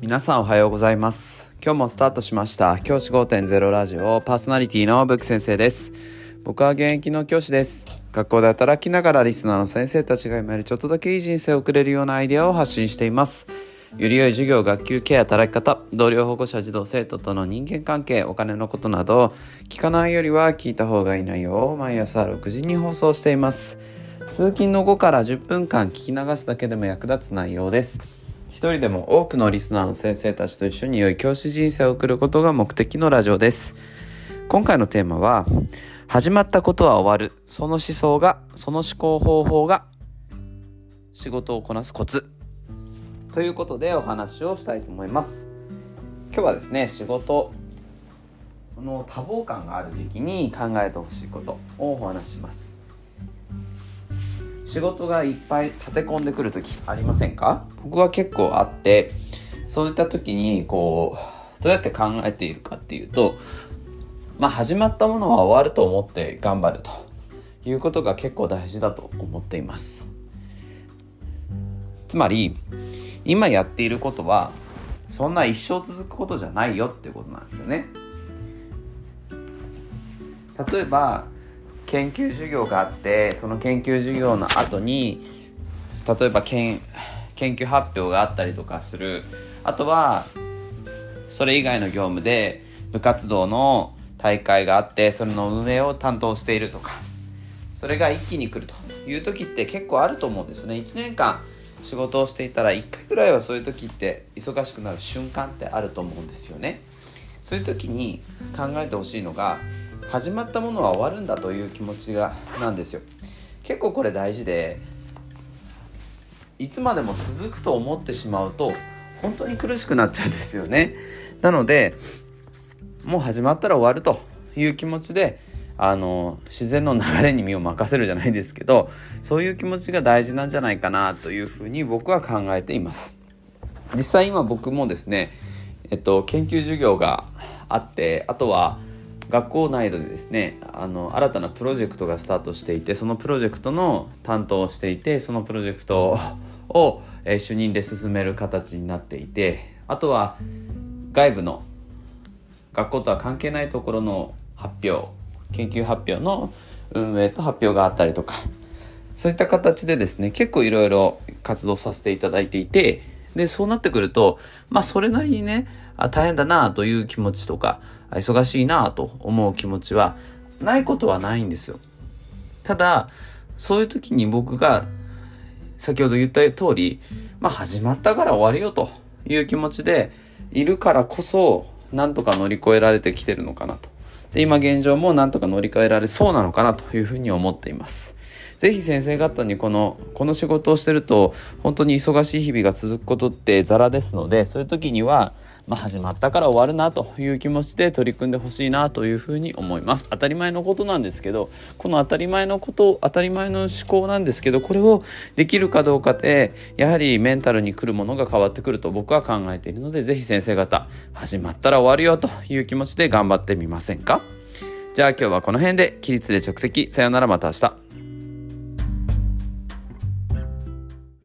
皆さんおはようございます。今日もスタートしました教師 5.0 ラジオパーソナリティのブック先生です。僕は現役の教師です。学校で働きながらリスナーの先生たちが今よりちょっとだけいい人生を送れるようなアイデアを発信しています。より良い授業、学級ケア、働き方、同僚、保護者、児童生徒との人間関係、お金のことなど聞かないよりは聞いた方がいい内容を毎朝6時に放送しています。通勤の後から10分間聞き流すだけでも役立つ内容です。一人でも多くのリスナーの先生たちと一緒に良い教師人生を送ることが目的のラジオです。今回のテーマは、始まったことは終わる、その思考方法が仕事をこなすコツということでお話をしたいと思います。今日はですね、仕事の多忙感がある時期に考えてほしいことをお話しします。仕事がいっぱい立て込んでくる時ありませんか？僕は結構あって、そういった時にどうやって考えているかっていうと、始まったものは終わると思って頑張るということが結構大事だと思っています。つまり今やっていることはそんな一生続くことじゃないよっていうことなんですよね。例えば研究授業があって、その研究授業の後に例えば研究発表があったりとかする。あとはそれ以外の業務で部活動の大会があって、それの運営を担当しているとか、それが一気に来るという時って結構あると思うんですよね。1年間仕事をしていたら1回ぐらいはそういう時って忙しくなる瞬間ってあると思うんですよね。そういう時に考えてほしいのが、始まったものは終わるんだという気持ちなんですよ。結構これ大事で、いつまでも続くと思ってしまうと本当に苦しくなっちゃうんですよね。なのでもう始まったら終わるという気持ちで自然の流れに身を任せるじゃないですけど、そういう気持ちが大事なんじゃないかなというふうに僕は考えています。実際今僕もですね、研究授業があって、あとは学校内でですね、新たなプロジェクトがスタートしていて、そのプロジェクトの担当をしていて、そのプロジェクトを主任で進める形になっていて、あとは外部の学校とは関係ないところの発表、研究発表の運営と発表があったりとか、そういった形でですね、結構いろいろ活動させていただいていて、でそうなってくるとそれなりにね、大変だなという気持ちとか、忙しいなと思う気持ちはないことはないんですよ。ただそういう時に僕が先ほど言った通り、始まったから終わるよという気持ちでいるからこそ、なんとか乗り越えられてきてるのかなと。で今現状もなんとか乗り換えられそうなのかなというふうに思っています。ぜひ先生方にこの仕事をしてると本当に忙しい日々が続くことってザラですので、そういう時には始まったから終わるなという気持ちで取り組んでほしいなというふうに思います。当たり前のことなんですけど、この当たり前の思考なんですけど、これをできるかどうかでやはりメンタルに来るものが変わってくると僕は考えているので、ぜひ先生方、始まったら終わるよという気持ちで頑張ってみませんか？じゃあ今日はこの辺で。起立で着席。さよなら、また明日。